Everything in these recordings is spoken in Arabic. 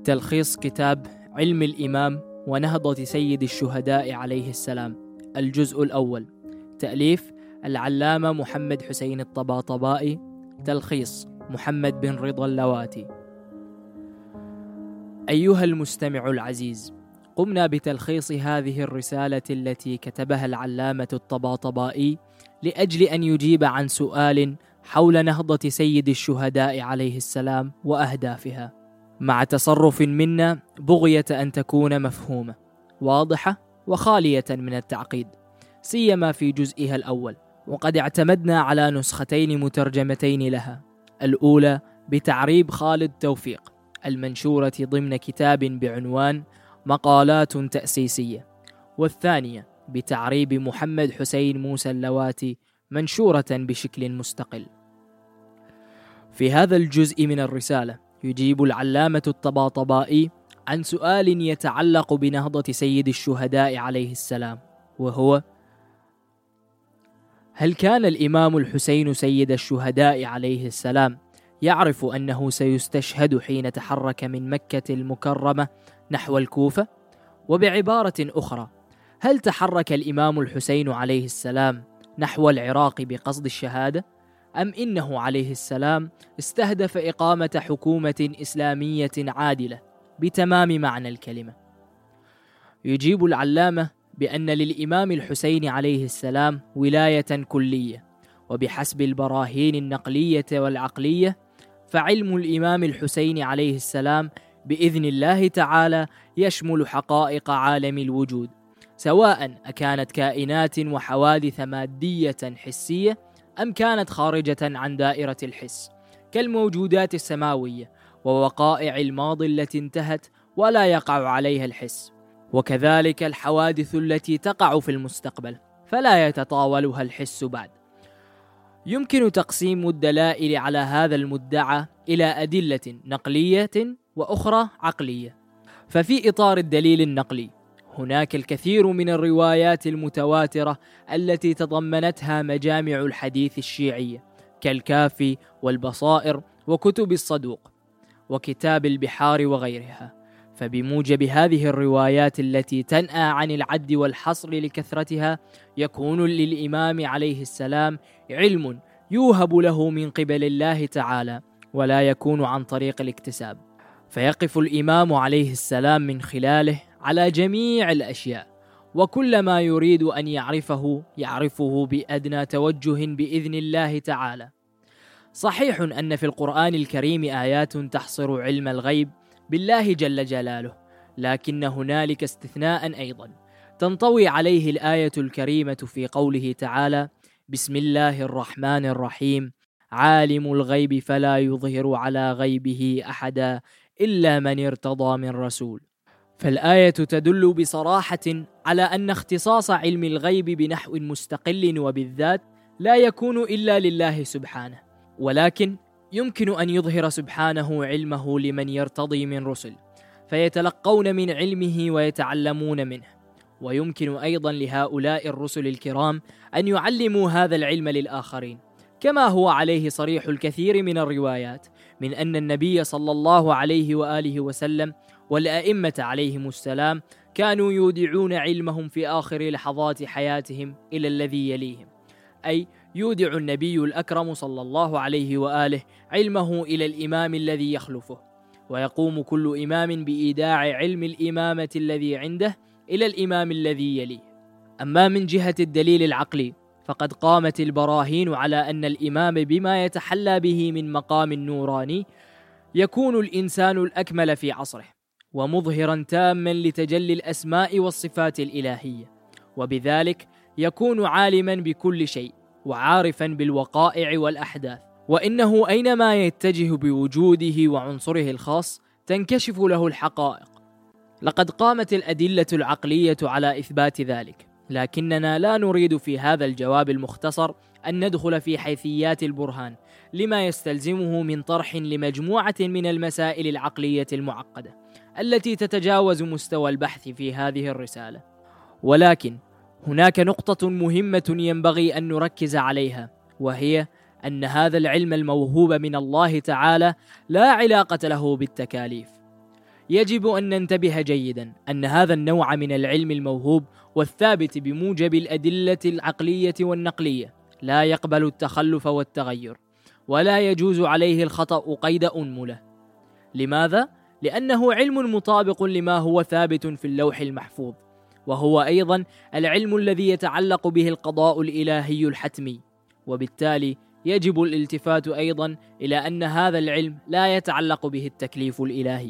تلخيص كتاب علم الإمام ونهضة سيد الشهداء عليه السلام، الجزء الأول، تأليف العلامة محمد حسين الطباطبائي، تلخيص محمد بن رضا اللواتي. أيها المستمع العزيز، قمنا بتلخيص هذه الرسالة التي كتبها العلامة الطباطبائي لأجل أن يجيب عن سؤال حول نهضة سيد الشهداء عليه السلام وأهدافها، مع تصرف منا بغية أن تكون مفهومة واضحة وخالية من التعقيد، سيما في جزئها الأول. وقد اعتمدنا على نسختين مترجمتين لها، الأولى بتعريب خالد توفيق المنشورة ضمن كتاب بعنوان مقالات تأسيسية، والثانية بتعريب محمد حسين موسى اللواتي منشورة بشكل مستقل. في هذا الجزء من الرسالة يجيب العلامة الطباطبائي عن سؤال يتعلق بنهضة سيد الشهداء عليه السلام، وهو: هل كان الإمام الحسين سيد الشهداء عليه السلام يعرف أنه سيستشهد حين تحرك من مكة المكرمة نحو الكوفة؟ وبعبارة أخرى، هل تحرك الإمام الحسين عليه السلام نحو العراق بقصد الشهادة؟ أم إنه عليه السلام استهدف إقامة حكومة إسلامية عادلة بتمام معنى الكلمة؟ يجيب العلامة بأن للإمام الحسين عليه السلام ولاية كلية، وبحسب البراهين النقلية والعقلية فعلم الإمام الحسين عليه السلام بإذن الله تعالى يشمل حقائق عالم الوجود، سواء أكانت كائنات وحوادث مادية حسية أم كانت خارجة عن دائرة الحس، كالموجودات السماوية ووقائع الماضي التي انتهت ولا يقع عليها الحس، وكذلك الحوادث التي تقع في المستقبل فلا يتطاولها الحس بعد. يمكن تقسيم الدلائل على هذا المدعى إلى أدلة نقلية وأخرى عقلية. ففي إطار الدليل النقلي هناك الكثير من الروايات المتواترة التي تضمنتها مجامع الحديث الشيعية كالكافي والبصائر وكتب الصدوق وكتاب البحار وغيرها. فبموجب هذه الروايات التي تنأى عن العد والحصر لكثرتها، يكون للإمام عليه السلام علم يوهب له من قبل الله تعالى ولا يكون عن طريق الاكتساب، فيقف الإمام عليه السلام من خلاله على جميع الأشياء، وكل ما يريد أن يعرفه بأدنى توجه بإذن الله تعالى. صحيح أن في القرآن الكريم آيات تحصر علم الغيب بالله جل جلاله، لكن هنالك استثناء أيضا تنطوي عليه الآية الكريمة في قوله تعالى: بسم الله الرحمن الرحيم، عالم الغيب فلا يظهر على غيبه أحدا إلا من ارتضى من رسول. فالآية تدل بصراحة على أن اختصاص علم الغيب بنحو مستقل وبالذات لا يكون إلا لله سبحانه، ولكن يمكن أن يظهر سبحانه علمه لمن يرتضي من رسل فيتلقون من علمه ويتعلمون منه، ويمكن أيضا لهؤلاء الرسل الكرام أن يعلموا هذا العلم للآخرين، كما هو عليه صريح الكثير من الروايات من أن النبي صلى الله عليه وآله وسلم والأئمة عليهم السلام كانوا يودعون علمهم في آخر لحظات حياتهم إلى الذي يليهم، أي يودع النبي الأكرم صلى الله عليه وآله علمه إلى الإمام الذي يخلفه، ويقوم كل إمام بإيداع علم الإمامة الذي عنده إلى الإمام الذي يليه. أما من جهة الدليل العقلي فقد قامت البراهين على أن الإمام بما يتحلى به من مقام نوراني يكون الإنسان الأكمل في عصره، ومظهرا تاما لتجلي الأسماء والصفات الإلهية، وبذلك يكون عالما بكل شيء وعارفا بالوقائع والأحداث، وإنه أينما يتجه بوجوده وعنصره الخاص تنكشف له الحقائق. لقد قامت الأدلة العقلية على إثبات ذلك، لكننا لا نريد في هذا الجواب المختصر أن ندخل في حيثيات البرهان لما يستلزمه من طرح لمجموعة من المسائل العقلية المعقدة التي تتجاوز مستوى البحث في هذه الرسالة. ولكن هناك نقطة مهمة ينبغي أن نركز عليها، وهي أن هذا العلم الموهوب من الله تعالى لا علاقة له بالتكاليف، يجب أن ننتبه جيدا أن هذا النوع من العلم الموهوب والثابت بموجب الأدلة العقلية والنقلية لا يقبل التخلف والتغير، ولا يجوز عليه الخطأ قيد أنملة. لماذا؟ لأنه علم مطابق لما هو ثابت في اللوح المحفوظ، وهو أيضا العلم الذي يتعلق به القضاء الإلهي الحتمي، وبالتالي يجب الالتفات أيضا إلى أن هذا العلم لا يتعلق به التكليف الإلهي.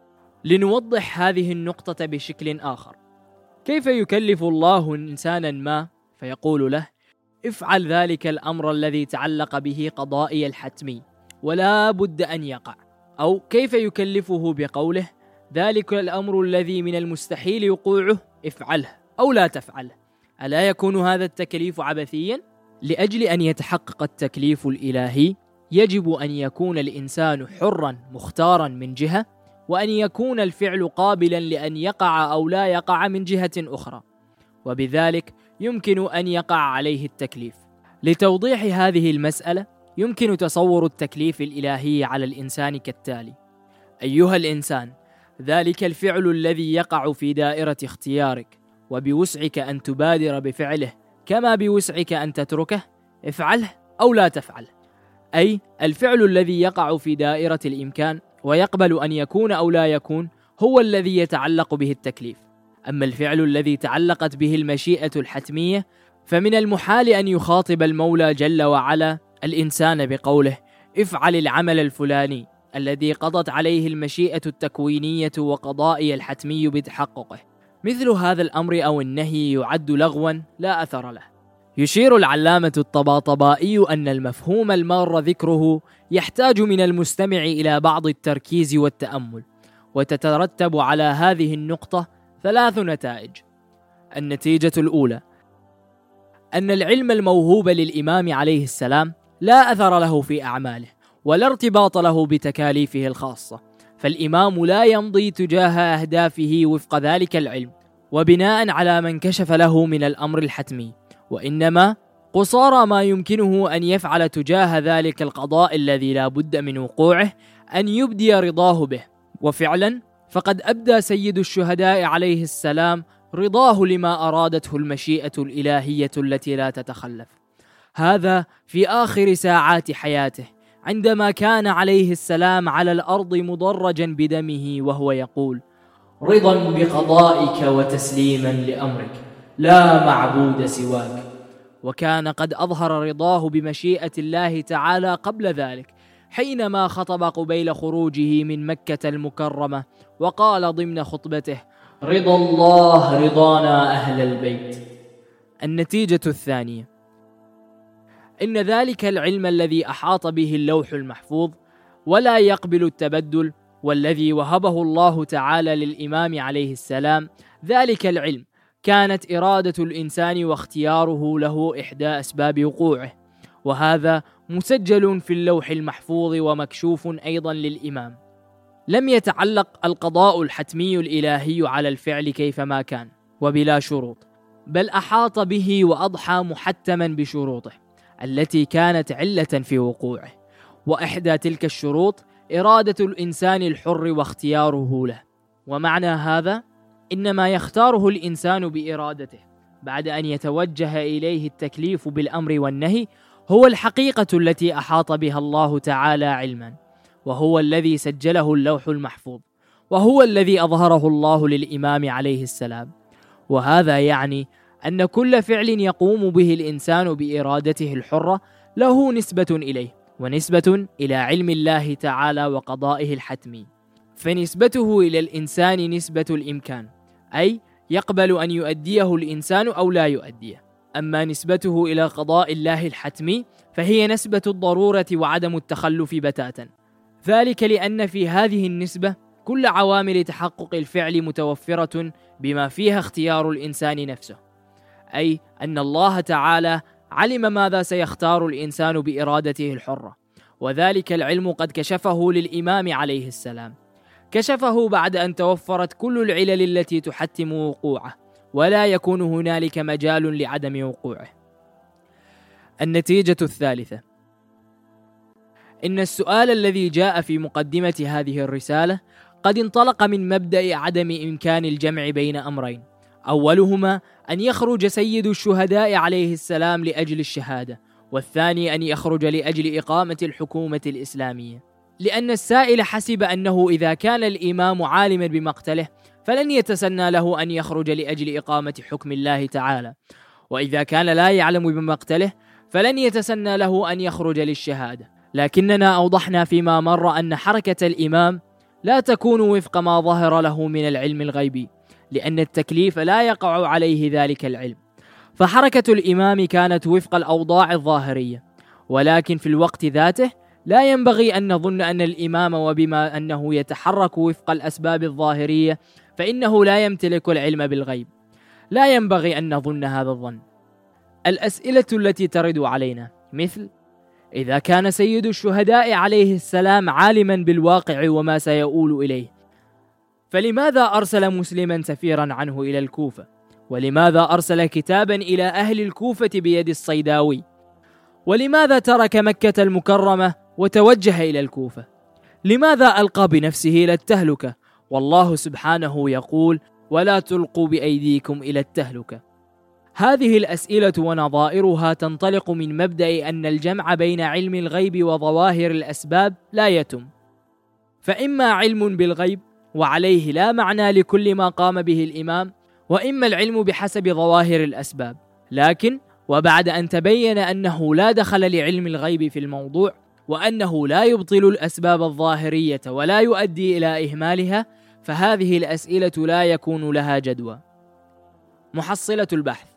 لنوضح هذه النقطة بشكل آخر: كيف يكلف الله إنسانا ما فيقول له افعل ذلك الأمر الذي تعلق به قضائي الحتمي ولا بد أن يقع؟ أو كيف يكلفه بقوله ذلك الأمر الذي من المستحيل وقوعه افعله أو لا تفعله؟ ألا يكون هذا التكليف عبثيا؟ لأجل أن يتحقق التكليف الإلهي يجب أن يكون الإنسان حرا مختارا من جهة، وأن يكون الفعل قابلا لأن يقع أو لا يقع من جهة أخرى، وبذلك يمكن أن يقع عليه التكليف. لتوضيح هذه المسألة يمكن تصور التكليف الإلهي على الإنسان كالتالي: أيها الإنسان، ذلك الفعل الذي يقع في دائرة اختيارك وبوسعك أن تبادر بفعله كما بوسعك أن تتركه، افعله أو لا تفعله. أي الفعل الذي يقع في دائرة الإمكان ويقبل أن يكون أو لا يكون هو الذي يتعلق به التكليف. أما الفعل الذي تعلقت به المشيئة الحتمية فمن المحال أن يخاطب المولى جل وعلا الإنسان بقوله افعل العمل الفلاني الذي قضت عليه المشيئة التكوينية وقضائي الحتمي بتحققه. مثل هذا الأمر أو النهي يعد لغوا لا أثر له. يشير العلامة الطباطبائي أن المفهوم المار ذكره يحتاج من المستمع إلى بعض التركيز والتأمل، وتترتب على هذه النقطة 3 نتائج. النتيجة الأولى: أن العلم الموهوب للإمام عليه السلام لا أثر له في أعماله ولا ارتباط له بتكاليفه الخاصة، فالإمام لا يمضي تجاه أهدافه وفق ذلك العلم وبناء على ما انكشف له من الأمر الحتمي، وإنما قصارى ما يمكنه أن يفعل تجاه ذلك القضاء الذي لا بد من وقوعه أن يبدي رضاه به. وفعلا فقد أبدى سيد الشهداء عليه السلام رضاه لما أرادته المشيئة الإلهية التي لا تتخلف، هذا في آخر ساعات حياته عندما كان عليه السلام على الأرض مضرجا بدمه وهو يقول: رضا بقضائك وتسليما لأمرك لا معبود سواك. وكان قد أظهر رضاه بمشيئة الله تعالى قبل ذلك حينما خطب قبيل خروجه من مكة المكرمة وقال ضمن خطبته: رضا الله رضانا أهل البيت. النتيجة الثانية: إن ذلك العلم الذي أحاط به اللوح المحفوظ ولا يقبل التبدل، والذي وهبه الله تعالى للإمام عليه السلام، ذلك العلم كانت إرادة الإنسان واختياره له إحدى أسباب وقوعه، وهذا مسجل في اللوح المحفوظ ومكشوف أيضا للإمام. لم يتعلق القضاء الحتمي الإلهي على الفعل كيفما كان وبلا شروط، بل أحاط به وأضحى محتما بشروطه التي كانت علة في وقوعه، وإحدى تلك الشروط إرادة الإنسان الحر واختياره له. ومعنى هذا إنما يختاره الإنسان بإرادته بعد أن يتوجه إليه التكليف بالأمر والنهي هو الحقيقة التي أحاط بها الله تعالى علما، وهو الذي سجله اللوح المحفوظ، وهو الذي أظهره الله للإمام عليه السلام. وهذا يعني أن كل فعل يقوم به الإنسان بإرادته الحرة له نسبة إليه ونسبة إلى علم الله تعالى وقضائه الحتمي، فنسبته إلى الإنسان نسبة الإمكان، أي يقبل أن يؤديه الإنسان أو لا يؤديه. أما نسبته إلى قضاء الله الحتمي فهي نسبة الضرورة وعدم التخلف بتاتا، ذلك لأن في هذه النسبة كل عوامل تحقق الفعل متوفرة بما فيها اختيار الإنسان نفسه، أي أن الله تعالى علم ماذا سيختار الإنسان بإرادته الحرة، وذلك العلم قد كشفه للإمام عليه السلام، كشفه بعد أن توفرت كل العلل التي تحتم وقوعه ولا يكون هنالك مجال لعدم وقوعه. النتيجة الثالثة: إن السؤال الذي جاء في مقدمة هذه الرسالة فقد انطلق من مبدأ عدم إمكان الجمع بين أمرين، أولهما أن يخرج سيد الشهداء عليه السلام لأجل الشهادة، والثاني أن يخرج لأجل إقامة الحكومة الإسلامية، لأن السائل حسب أنه إذا كان الإمام عالما بمقتله فلن يتسنى له أن يخرج لأجل إقامة حكم الله تعالى، وإذا كان لا يعلم بمقتله فلن يتسنى له أن يخرج للشهادة. لكننا أوضحنا فيما مر أن حركة الإمام لا تكون وفق ما ظهر له من العلم الغيبي، لأن التكليف لا يقع عليه ذلك العلم، فحركة الإمام كانت وفق الأوضاع الظاهرية. ولكن في الوقت ذاته لا ينبغي أن نظن أن الإمام وبما أنه يتحرك وفق الأسباب الظاهرية فإنه لا يمتلك العلم بالغيب، لا ينبغي أن نظن هذا الظن. الأسئلة التي ترد علينا مثل: إذا كان سيد الشهداء عليه السلام عالما بالواقع وما سيؤول إليه، فلماذا أرسل مسلما سفيرا عنه إلى الكوفة؟ ولماذا أرسل كتابا إلى أهل الكوفة بيد الصيداوي؟ ولماذا ترك مكة المكرمة وتوجه إلى الكوفة؟ لماذا ألقى بنفسه إلى التهلكة والله سبحانه يقول: ولا تلقوا بأيديكم إلى التهلكة؟ هذه الأسئلة ونظائرها تنطلق من مبدأ أن الجمع بين علم الغيب وظواهر الأسباب لا يتم، فإما علم بالغيب وعليه لا معنى لكل ما قام به الإمام، وإما العلم بحسب ظواهر الأسباب، لكن وبعد أن تبين أنه لا دخل لعلم الغيب في الموضوع، وأنه لا يبطل الأسباب الظاهرية ولا يؤدي إلى إهمالها، فهذه الأسئلة لا يكون لها جدوى. محصلة البحث: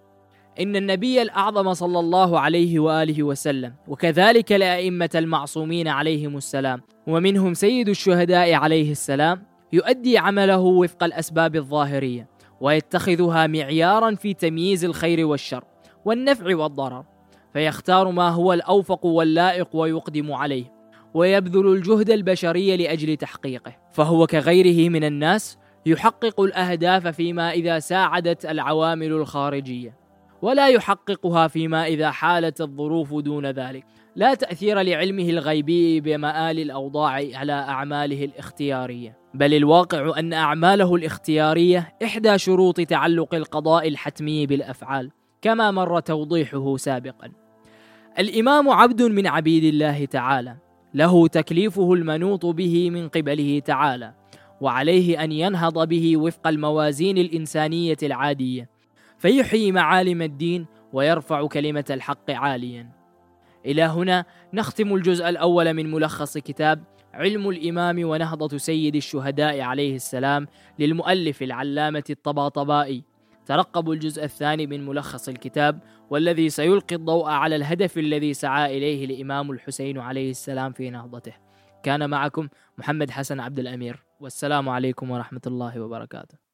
إن النبي الأعظم صلى الله عليه وآله وسلم، وكذلك الأئمة المعصومين عليهم السلام، ومنهم سيد الشهداء عليه السلام، يؤدي عمله وفق الأسباب الظاهرية، ويتخذها معيارا في تمييز الخير والشر والنفع والضرر، فيختار ما هو الأوفق واللائق ويقدم عليه، ويبذل الجهد البشري لأجل تحقيقه، فهو كغيره من الناس يحقق الأهداف فيما إذا ساعدت العوامل الخارجية، ولا يحققها فيما إذا حالت الظروف دون ذلك. لا تأثير لعلمه الغيبي بمآل الأوضاع على أعماله الاختيارية، بل الواقع أن أعماله الاختيارية إحدى شروط تعلق القضاء الحتمي بالأفعال، كما مر توضيحه سابقا. الإمام عبد من عبيد الله تعالى، له تكليفه المنوط به من قبله تعالى، وعليه أن ينهض به وفق الموازين الإنسانية العادية، فيحيي معالم الدين ويرفع كلمة الحق عاليا. إلى هنا نختم الجزء الأول من ملخص كتاب علم الإمام ونهضة سيد الشهداء عليه السلام للمؤلف العلامة الطباطبائي. ترقبوا الجزء الثاني من ملخص الكتاب، والذي سيلقي الضوء على الهدف الذي سعى إليه الإمام الحسين عليه السلام في نهضته. كان معكم محمد حسن عبد الأمير، والسلام عليكم ورحمة الله وبركاته.